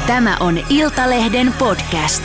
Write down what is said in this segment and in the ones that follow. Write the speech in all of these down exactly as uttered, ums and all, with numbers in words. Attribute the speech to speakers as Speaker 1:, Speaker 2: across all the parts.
Speaker 1: Tämä on Iltalehden podcast.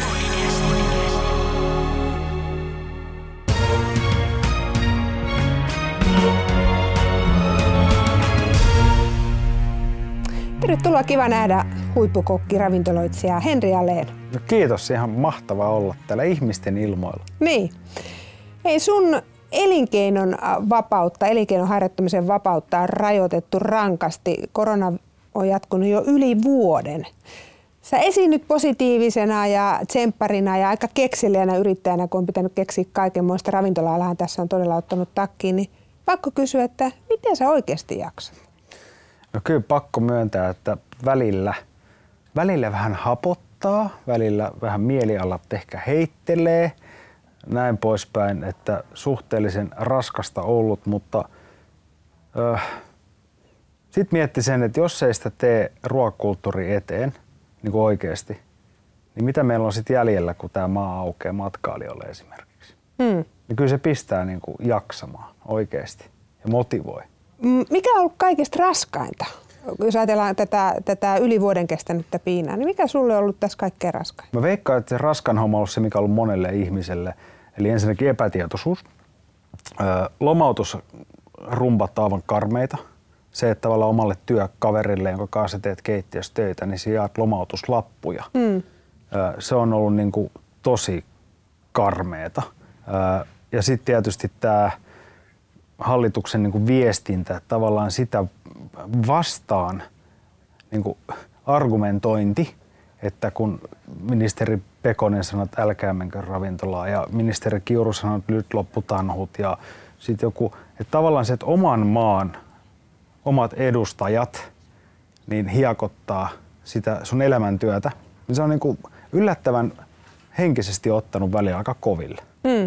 Speaker 2: Tervetuloa, kiva nähdä huippukokki, ravintoloitsija Henri Ahlén.
Speaker 3: No kiitos, ihan mahtavaa olla täällä ihmisten ilmoilla.
Speaker 2: Niin. Hei, sun elinkeinon vapautta, elinkeinon harjoittamisen vapautta on rajoitettu rankasti. Korona on jatkunut jo yli vuoden. Sä esiinnyt positiivisena ja tsempparina ja aika kekseliänä yrittäjänä, kun on pitänyt keksiä kaikenmoista. Ravintola-alahan tässä on todella ottanut takkiin. Niin pakko kysyä, että miten sä oikeasti jaksat?
Speaker 3: No kyllä pakko myöntää, että välillä, välillä vähän hapottaa, välillä vähän mielialat ehkä heittelee, näin poispäin, että suhteellisen raskasta ollut, mutta äh, sitten mietti sen, että jos ei sitä tee ruokakulttuuri eteen niin kuin oikeasti, niin mitä meillä on sitten jäljellä, kun tämä maa aukeaa matkailijoille esimerkiksi. Hmm. Niin kyllä se pistää niin kuin jaksamaan oikeasti ja motivoi.
Speaker 2: Mikä on ollut kaikista raskainta? Jos ajatellaan tätä, tätä yli vuoden kestänyttä piinaa, niin mikä sulle on ollut tässä kaikkein raskain?
Speaker 3: Mä veikkaan, että se raskan homma on ollut se, mikä on ollut monelle ihmiselle. Eli ensinnäkin epätietoisuus. Lomautusrumbat aivan karmeita. Se, että tavallaan omalle työkaverille, jonka kanssa teet keittiössä töitä, niin sä jaat lomautuslappuja. Mm. Se on ollut niin kuin tosi karmeeta. Ja sitten tietysti tämä hallituksen niin kuin viestintä, tavallaan sitä vastaan niin kuin argumentointi, että kun ministeri Pekonen sanoi, että älkää menkö ravintolaan ja ministeri Kiuru sanoi, että nyt loppu tanhut ja sitten joku, että tavallaan se, että oman maan omat edustajat niin hiekottaa sitä sun elämäntyötä, niin se on niin kuin yllättävän henkisesti ottanut välillä aika koville. Mm.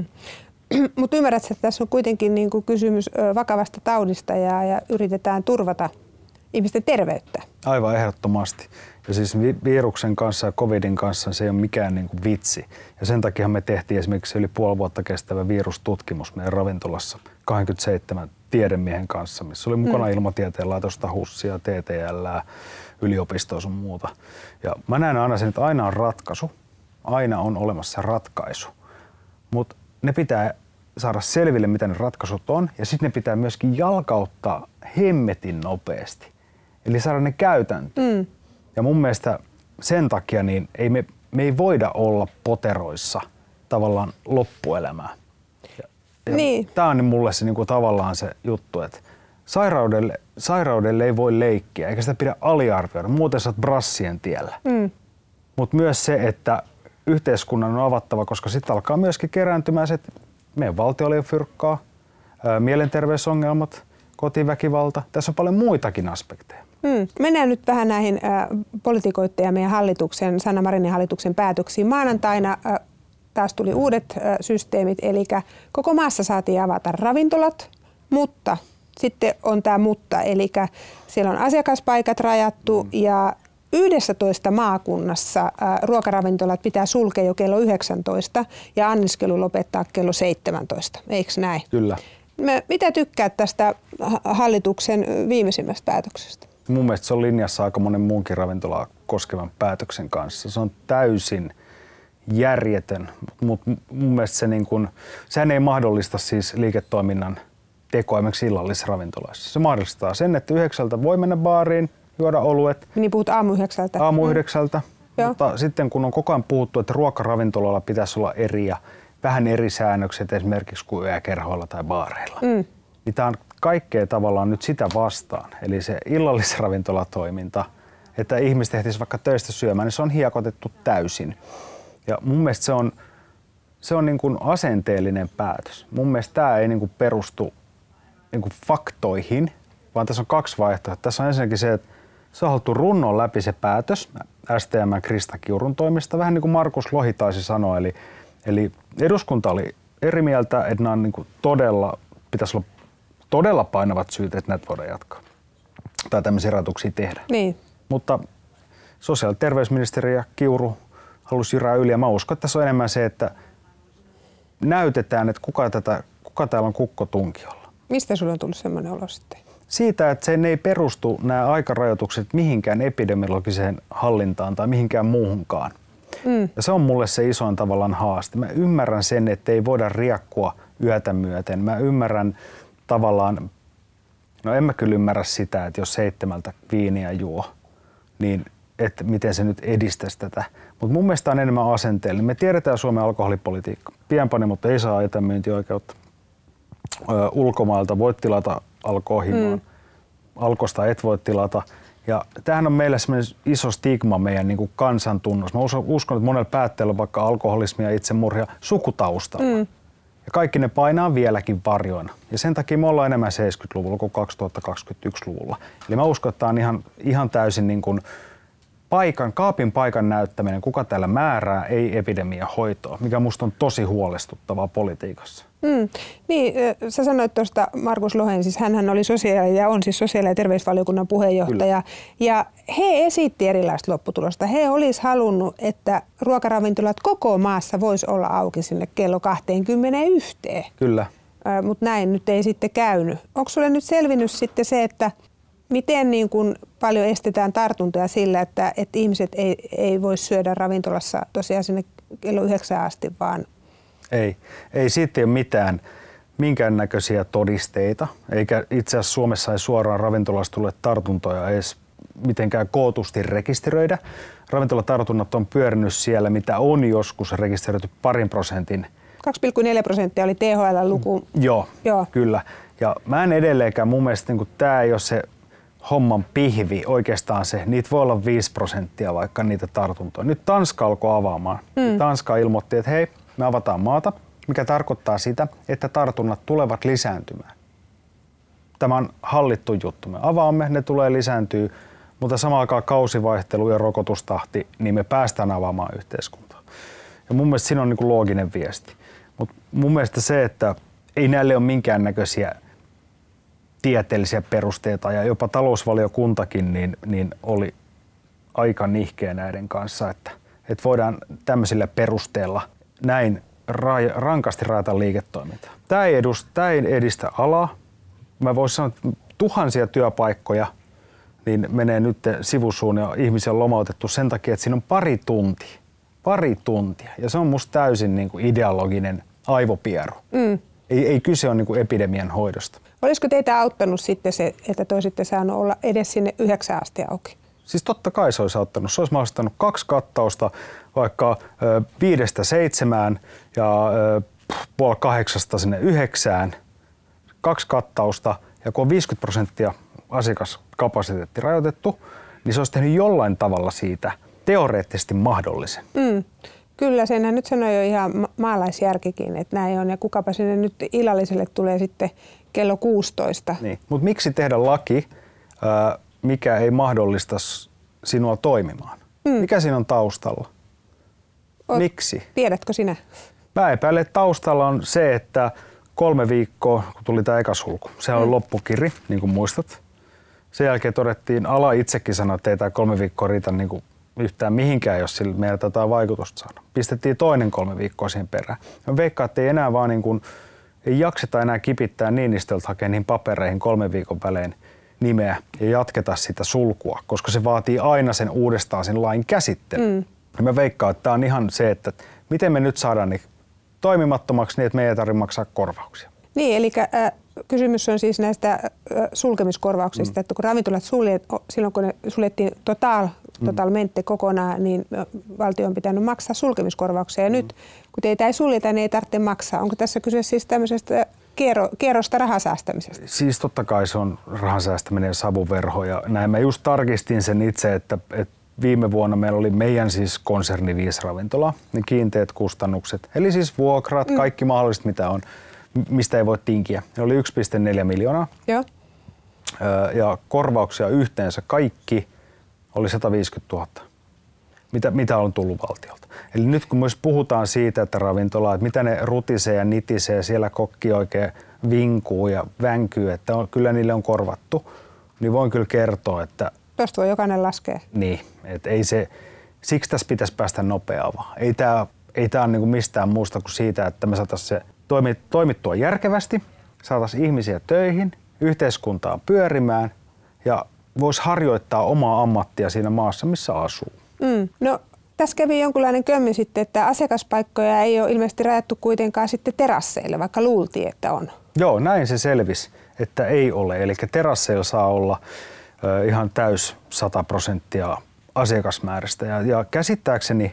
Speaker 2: Mutta ymmärrätkö, että tässä on kuitenkin niin kuin kysymys vakavasta taudista ja, ja yritetään turvata ihmisten terveyttä? Aivan
Speaker 3: ehdottomasti. Ja siis viruksen kanssa ja covidin kanssa se ei ole mikään niin kuin vitsi. Ja sen takia me tehtiin esimerkiksi yli puoli vuotta kestävä virustutkimus meidän ravintolassa kaksikymmentäseitsemän tiedemiehen kanssa, missä oli mukana mm. Ilmatieteen laitosta, HUSia, T T L, yliopistoa sun muuta. Ja mä näen aina sen, että aina on ratkaisu. Aina on olemassa ratkaisu. Mut ne pitää saada selville, mitä ne ratkaisut on, ja sitten ne pitää myöskin jalkauttaa hemmetin nopeasti. Eli saada ne käytäntöön. Mm. Ja mun mielestä sen takia niin ei me, me ei voida olla poteroissa tavallaan loppuelämää. Ja, ja niin. Tää on mulle se niinku tavallaan se juttu, että sairaudelle, sairaudelle ei voi leikkiä, eikä sitä pidä aliarvioida, muuten sä oot brassien tiellä. Mm. Mutta myös se, että yhteiskunnan on avattava, koska sitten alkaa myöskin kerääntymään se, että meidän valtio oli fyrkkaa, ää, mielenterveysongelmat, kotiväkivalta. Tässä on paljon muitakin aspekteja.
Speaker 2: Hmm. Mennään nyt vähän näihin ä, politikoitteen ja meidän hallituksen, Sanna Marinin hallituksen päätöksiin. Maanantaina ä, taas tuli uudet ä, systeemit, eli koko maassa saatiin avata ravintolat, mutta sitten on tämä mutta, eli siellä on asiakaspaikat rajattu hmm. ja yhdessätoista maakunnassa ä, ruokaravintolat pitää sulkea jo kello yhdeksäntoista ja anniskelu lopettaa kello seitsemäntoista, eikö näin?
Speaker 3: Kyllä.
Speaker 2: Mä, mitä tykkäät tästä hallituksen viimeisimmästä päätöksestä?
Speaker 3: Mun mielestä se on linjassa aika monen muunkin ravintolaa koskevan päätöksen kanssa. Se on täysin järjetön, mutta mun mielestä se niin kun, sehän ei mahdollista siis liiketoiminnan tekoa esimerkiksi illallisravintoloissa. Se mahdollistaa sen, että yhdeksältä voi mennä baariin, juoda oluet.
Speaker 2: Niin puhut aamu yhdeksältä.
Speaker 3: Aamu mm. yhdeksältä, mutta Joo. sitten kun on koko ajan puhuttu, että ruokaravintoloilla pitäisi olla eri ja vähän eri säännökset esimerkiksi kuin yökerhoilla tai baareilla, mm. niin tämä on kaikkea tavallaan nyt sitä vastaan. Eli se illallisravintolatoiminta, että ihmiset ehtisivät vaikka töistä syömään, niin se on hiekotettu täysin. Ja mun mielestä se on, se on niin kuin asenteellinen päätös. Mun mielestä tämä ei niin kuin perustu niin kuin faktoihin, vaan tässä on kaksi vaihtoehtoa. Tässä on ensinnäkin se, että se on haluttu runnon läpi se päätös S T M Krista Kiurun toimesta, vähän niin kuin Markus Lohi taisi sanoa. Eli, eli eduskunta oli eri mieltä, että nämä on niin kuin todella, pitäisi olla todella painavat syyt, että näitä voidaan jatkaa tai tämmöisiä rajoituksia tehdä.
Speaker 2: Niin.
Speaker 3: Mutta sosiaali- ja terveysministeri ja Kiuru halusi jyrää yli ja mä uskon, että tässä on enemmän se, että näytetään, että kuka, tätä, kuka täällä on kukko tunkiolla.
Speaker 2: Mistä sulla on tullut semmoinen olo sitten?
Speaker 3: Siitä, että se ei perustu nämä aikarajoitukset mihinkään epidemiologiseen hallintaan tai mihinkään muuhunkaan. Mm. Ja se on mulle se isoin tavallaan haaste. Mä ymmärrän sen, että ei voida riekkua yötä myöten. Mä ymmärrän tavallaan, no en mä kyllä ymmärrä sitä, että jos seitsemältä viiniä juo, niin että miten se nyt edistäisi tätä. Mutta mun mielestä on enemmän asenteellinen. Me tiedetään Suomen alkoholipolitiikka. Pienpanimot ei saa etämyyntioikeutta. Ö, ulkomailta voit tilata alkoholihimoa. Mm. Alkosta et voi tilata. Ja tämähän on meille semmoinen iso stigma meidän niin kuin kansantunnossa. Mä uskon, että monella päättäjällä on vaikka alkoholismia, itsemurhia sukutaustalla. Mm. Ja kaikki ne painaa vieläkin varjoina. Ja sen takia me ollaan enemmän seitsemänkymmentäluvulla kuin kaksituhattakaksikymmentäyksi-luvulla. Eli mä uskon, että tämä on ihan, ihan täysin niin kuin paikan, kaapin paikan näyttäminen, kuka täällä määrää, ei epidemian hoitoa, mikä musta on tosi huolestuttavaa politiikassa. Mm.
Speaker 2: Niin, sä sanoit tuosta Markus Lohen, siis hänhän oli sosiaali- ja on siis sosiaali- ja terveysvaliokunnan puheenjohtaja. Kyllä. Ja he esitti erilaista lopputulosta. He olisi halunnut, että ruokaravintolat koko maassa vois olla auki sinne kello kaksikymmentäyksi.
Speaker 3: Kyllä.
Speaker 2: Äh, mutta näin nyt ei sitten käynyt. Onko sulle nyt selvinnyt sitten se, että miten niin kuin paljon estetään tartuntoja sillä, että, että ihmiset ei, ei voi syödä ravintolassa tosiaan sinne kello yhdeksään asti, vaan...
Speaker 3: Ei, ei siitä ei ole mitään minkäännäköisiä todisteita, eikä itse asiassa Suomessa ei suoraan ravintolasta tule tartuntoja edes mitenkään kootusti rekisteröidä. Ravintolatartunnat on pyörinyt siellä, mitä on joskus rekisteröity parin prosentin.
Speaker 2: kaksi pilkku neljä prosenttia oli T H L-luku.
Speaker 3: Joo, Joo, kyllä. Ja mä en edelleenkään, mun mielestä niin tämä ei ole se homman pihvi oikeastaan se. Niitä voi olla viisi prosenttia vaikka niitä tartuntoja. Nyt Tanska alkoi avaamaan. Hmm. Tanska ilmoitti, että hei, me avataan maata, mikä tarkoittaa sitä, että tartunnat tulevat lisääntymään. Tämä on hallittu juttu. Me avaamme, ne tulee lisääntyä, mutta samaan aikaan kausivaihtelu ja rokotustahti, niin me päästään avaamaan yhteiskuntaa. Ja mun mielestä siinä on niin kuin looginen viesti. Mutta mun mielestä se, että ei näille ole minkäännäköisiä tieteellisiä perusteita ja jopa talousvaliokuntakin niin, niin oli aika nihkeä näiden kanssa, että, että voidaan tämmöisillä perusteella näin ra- rankasti rajata liiketoimintaa. Tämä ei, edust, tämä ei edistä alaa. Mä voisin sanoa, että tuhansia työpaikkoja niin menee nyt sivusuun ja ihmisiä on lomautettu sen takia, että siinä on pari tuntia. Pari tuntia. Ja se on musta täysin niin kuin ideologinen aivopieru. Mm. Ei, ei kyse ole niin kuin epidemian hoidosta.
Speaker 2: Olisiko teitä auttanut sitten se, että te olisitte saanut olla edes sinne yhdeksään asti auki?
Speaker 3: Siis totta kai se olisi auttanut. Se olisi mahdollistanut kaksi kattausta vaikka ö, viidestä seitsemään ja ö, puoli kahdeksasta sinne yhdeksään. Kaksi kattausta ja kun on viisikymmentä prosenttia asiakaskapasiteetti rajoitettu, niin se olisi tehnyt jollain tavalla siitä teoreettisesti mahdollisen. Mm.
Speaker 2: Kyllä, senhän nyt sanoi jo ihan maalaisjärkikin, että näin on. Ja kukapa sinne nyt illalliselle tulee sitten kello kuusitoista.
Speaker 3: Niin. Mutta miksi tehdä laki, mikä ei mahdollista sinua toimimaan? Mm. Mikä siinä on taustalla?
Speaker 2: O,
Speaker 3: miksi?
Speaker 2: Tiedätkö sinä?
Speaker 3: Mä epäilen, että taustalla on se, että kolme viikkoa, kun tuli tämä eka sulku, sehän oli mm. loppukiri, niin kuin muistat. Sen jälkeen todettiin, ala itsekin sanoi, että ei tämä kolme viikkoa riitä niin kuin yhtään mihinkään, jos sillä meillä tätä vaikutusta saada. Pistettiin toinen kolme viikkoa siihen perään. Mä veikkaan, että ei enää vaan niin kuin, ei jakseta enää kipittää Niinistöltä hakea niihin papereihin kolmen viikon välein nimeä ja jatketa sitä sulkua, koska se vaatii aina sen uudestaan sen lain käsittelyn. Mm. Ja mä veikkaan, että tämä on ihan se, että miten me nyt saadaan niin toimimattomaksi niin, että me ei tarvitse maksaa korvauksia.
Speaker 2: Niin, eli äh, kysymys on siis näistä äh, sulkemiskorvauksista, mm. että kun ravintolat suljet, silloin kun ne suljettiin total, totalmente kokonaan, niin valtio on pitänyt maksaa sulkemiskorvauksia. Ja mm. nyt, kun teitä ei suljeta, niin ei tarvitse maksaa. Onko tässä kyse siis tämmöisestä kierro, kierrosta rahasäästämisestä?
Speaker 3: Siis totta kai se on rahasäästäminen ja savuverho. Ja näin mä just tarkistin sen itse, että, että viime vuonna meillä oli meidän siis konserni viisi ravintolaa, ne kiinteät kustannukset. Eli siis vuokrat, mm. kaikki mahdolliset mitä on, mistä ei voi tinkiä. Ne oli yksi pilkku neljä miljoonaa. Joo. Ja korvauksia yhteensä kaikki oli sata viisikymmentätuhatta, mitä, mitä on tullut valtiolta. Eli nyt kun myös puhutaan siitä, että ravintola, että mitä ne rutisee ja nitisee, siellä kokki oikein vinkuu ja vänkyy, että on, kyllä niille on korvattu, niin voin kyllä kertoa, että
Speaker 2: tuosta voi jokainen laskea.
Speaker 3: Niin, että ei se, siksi tässä pitäisi päästä nopeaa. Ei tämä ei tää ole niinku mistään muusta kuin siitä, että me saataisiin se toimi, toimittua järkevästi, saataisiin ihmisiä töihin yhteiskuntaa pyörimään ja voisi harjoittaa omaa ammattia siinä maassa, missä asuu.
Speaker 2: Mm. No, tässä kävi jonkunlainen kömmi sitten, että asiakaspaikkoja ei ole ilmeisesti rajattu kuitenkaan sitten terasseille, vaikka luultiin, että on.
Speaker 3: Joo, näin se selvisi, että ei ole. Eli terasseilla saa olla ö, ihan täys sata prosenttia asiakasmäärästä. Ja, ja käsittääkseni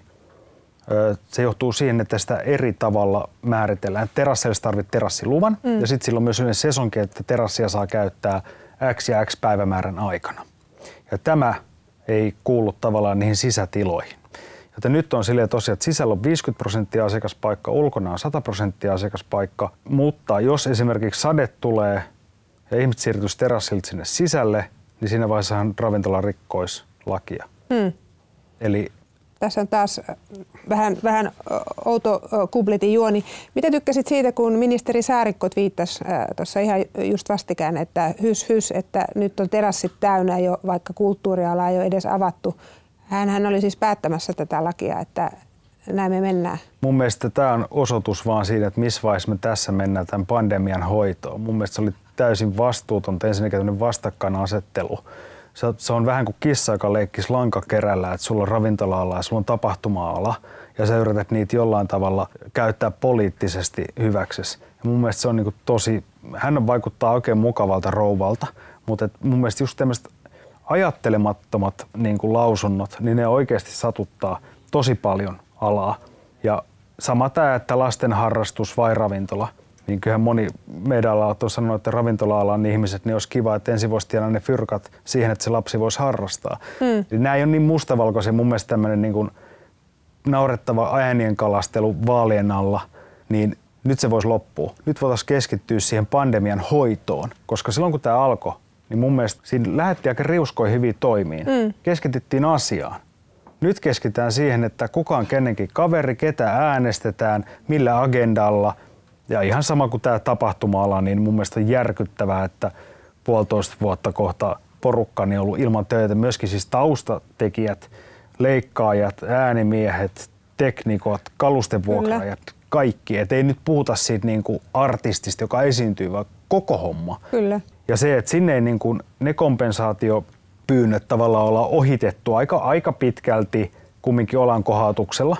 Speaker 3: ö, se johtuu siihen, että sitä eri tavalla määritellään. Terasseilla tarvitsee terassiluvan mm. ja sitten silloin myös yleensä sesonkin, että terassia saa käyttää X ja X päivämäärän aikana. Ja tämä ei kuulu tavallaan niihin sisätiloihin. Joten nyt on silleen tosiaan, että sisällä on viisikymmentä prosenttia asiakaspaikka, ulkona on sata prosenttia asiakaspaikka, mutta jos esimerkiksi sade tulee ja ihmiset siirtyisi terassilta sinne sisälle, niin siinä vaiheessahan ravintola rikkoisi lakia. Hmm. Eli
Speaker 2: tässä on taas vähän, vähän outo kupletin juoni. Mitä tykkäsit siitä, kun ministeri Saarikko viittasi tuossa ihan just vastikään, että hys hys, että nyt on terassit täynnä jo, vaikka kulttuuriala ei ole edes avattu. Hänhän oli siis päättämässä tätä lakia, että näin me mennään.
Speaker 3: Mun mielestä tämä on osoitus vaan siitä, että missä vaiheessa me tässä mennään tämän pandemian hoitoon. Mun mielestä se oli täysin vastuutonta, ensinnäkin tämmöinen vastakkainasettelu. Se on vähän kuin kissa, joka leikkisi lankakerällä, että sulla on ravintola-ala ja sulla on tapahtuma-ala ja sä yrität niitä jollain tavalla käyttää poliittisesti hyväksesi. Ja mun mielestä se on niin kuin tosi, hän vaikuttaa oikein mukavalta rouvalta, mutta mun mielestä just tämmöiset ajattelemattomat niin kuin lausunnot, niin ne oikeasti satuttaa tosi paljon alaa. Ja sama tämä, että lasten harrastus vai ravintola, niin kyllähän moni meidän alalla on sanonut, että ravintola-alan ihmiset, niin olisi kiva, että ensin voisi tiedä ne fyrkat siihen, että se lapsi voisi harrastaa. Mm. Eli nämä ei ole niin mustavalkoisia. Mun mielestä tämmöinen niin kuin naurettava äänien kalastelu vaalien alla, niin nyt se voisi loppua. Nyt voitaisiin keskittyä siihen pandemian hoitoon, koska silloin kun tämä alkoi, niin mun mielestä siinä lähdettiin aika riuskoin hyviin toimiin. Mm. Keskityttiin asiaan. Nyt keskitytään siihen, että kuka on kenenkin kaveri, ketä äänestetään, millä agendalla. Ja ihan sama kuin tämä tapahtuma-ala, niin mun mielestä on järkyttävää, että puolitoista vuotta kohta porukkani on ollut ilman töitä. Myöskin siis taustatekijät, leikkaajat, äänimiehet, teknikot, kalustevuokraajat, kaikki. Et ei nyt puhuta siitä niin kuin artistista, joka esiintyy, vaan koko homma. Kyllä. Ja se, että sinne ei niin kuin ne kompensaatiopyynnöt tavallaan olla ohitettu aika, aika pitkälti kumminkin olankohautuksella.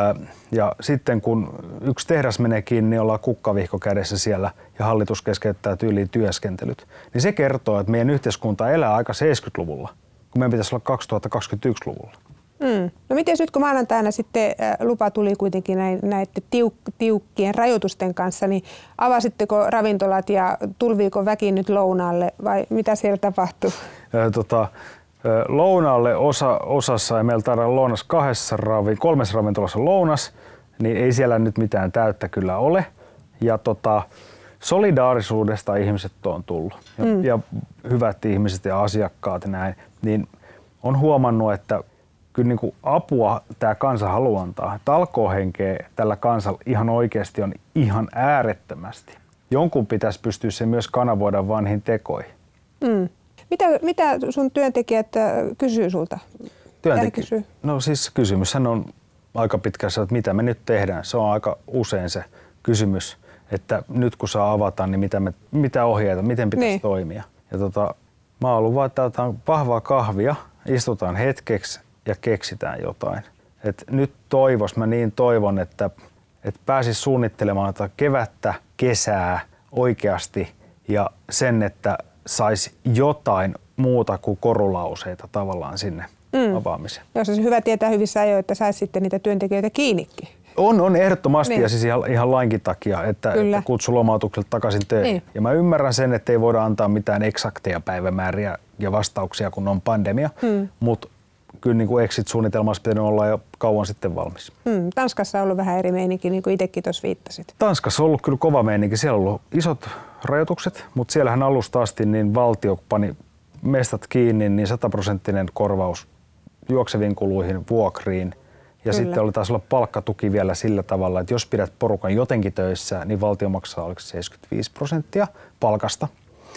Speaker 3: Ja sitten kun yksi tehdas menee kiinni, niin ollaan kukkavihko kädessä siellä ja hallitus keskeyttää tyyliin työskentelyt. Niin se kertoo, että meidän yhteiskunta elää aika seitsemänkymmentäluvulla, kun meidän pitäisi olla kaksituhattakaksikymmentäyksi-luvulla. Mm.
Speaker 2: No miten nyt kun maanantaina sitten lupa tuli kuitenkin näiden tiuk- tiukkien rajoitusten kanssa, niin avasitteko ravintolat ja tulviiko väki nyt lounaalle vai mitä siellä tapahtuu?
Speaker 3: Ää, tota, Lounaalle osa, osassa, ja meillä taidaan lounas kahdessa ravi, kolmessa ravintolassa lounas, niin ei siellä nyt mitään täyttä kyllä ole. Ja tota, solidaarisuudesta ihmiset on tullut. Ja, mm. ja hyvät ihmiset ja asiakkaat ja näin, niin on huomannut, että kyllä niin kuin apua tämä kansa haluaa antaa. Talkoohenkeä tällä kansalla ihan oikeasti on ihan äärettömästi. Jonkun pitäisi pystyä se myös kanavoida vanhin tekoihin. Mm.
Speaker 2: Mitä, mitä sun työntekijät kysyy sulta?
Speaker 3: Työntekijät? No siis kysymyshän on aika pitkässä, että mitä me nyt tehdään. Se on aika usein se kysymys, että nyt kun saa avata, niin mitä, me, mitä ohjeita, miten pitäisi niin toimia. Ja tota, mä oon ollut vaan, että otetaan vahvaa kahvia, istutaan hetkeksi ja keksitään jotain. Et nyt toivos, mä niin toivon, että, että pääsis suunnittelemaan kevättä, kesää oikeasti ja sen, että saisi jotain muuta kuin korulauseita tavallaan sinne mm. avaamiseen.
Speaker 2: Jos olisi hyvä tietää hyvissä ajoin, että saisi sitten niitä työntekijöitä kiinnikin.
Speaker 3: On, on ehdottomasti niin. Ja siis ihan, ihan lainkin takia, että, että kutsu lomautukselta takaisin töihin. Niin. Ja mä ymmärrän sen, että ei voida antaa mitään eksakteja päivämääriä ja vastauksia, kun on pandemia, mm. mutta kyllä niin kuin exit-suunnitelmassa pitänyt olla jo kauan sitten valmis.
Speaker 2: Mm. Tanskassa on ollut vähän eri meininki, niin kuin itsekin tuossa viittasit.
Speaker 3: Tanskassa on ollut kyllä kova meininki. Siellä on ollut isot rajoitukset, mutta siellähän alusta asti niin valtio pani mestat kiinni, niin sataprosenttinen korvaus juokseviin kuluihin, vuokriin. Ja kyllä. Sitten oli taas olla palkkatuki vielä sillä tavalla, että jos pidät porukan jotenkin töissä, niin valtio maksaa oliko seitsemänkymmentäviisi prosenttia palkasta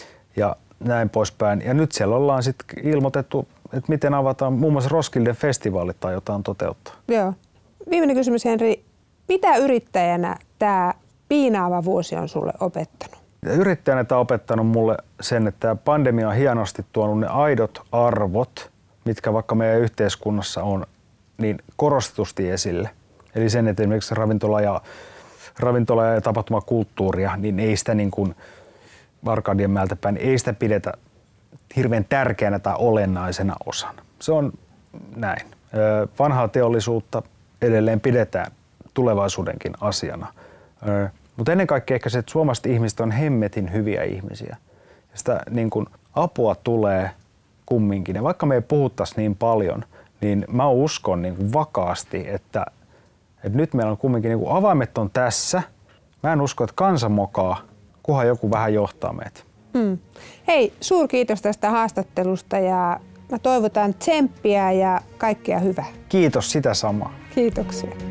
Speaker 3: ja näin poispäin. Ja nyt siellä ollaan sitten ilmoitettu, että miten avataan muun muassa Roskilden festivaalit tai jotain toteuttaa.
Speaker 2: Joo. Viimeinen kysymys, Henri. Mitä yrittäjänä tämä piinaava vuosi on sulle opettanut?
Speaker 3: Yrittäjänä tämä on opettanut mulle sen, että pandemia on hienosti tuonut ne aidot arvot, mitkä vaikka meidän yhteiskunnassa on, niin korostetusti esille. Eli sen, että esimerkiksi ravintola ja, ravintola ja tapahtumakulttuuria, niin ei sitä niin kuin Arkadianmäeltä päin, ei sitä pidetä hirveän tärkeänä tai olennaisena osana. Se on näin. Vanhaa teollisuutta edelleen pidetään tulevaisuudenkin asiana. Mutta ennen kaikkea ehkä se, että suomalaiset ihmiset on hemmetin hyviä ihmisiä. Sitä niin kun apua tulee kumminkin. Ja vaikka me ei puhuttaisi niin paljon, niin mä uskon niin kun vakaasti, että, että nyt meillä on kumminkin niin kun avaimet on tässä. Mä en usko, että kansa mokaa, kunhan joku vähän johtaa meitä.
Speaker 2: Mm. Hei, suurkiitos tästä haastattelusta ja mä toivotan tsemppiä ja kaikkea hyvää.
Speaker 3: Kiitos sitä samaa.
Speaker 2: Kiitoksia.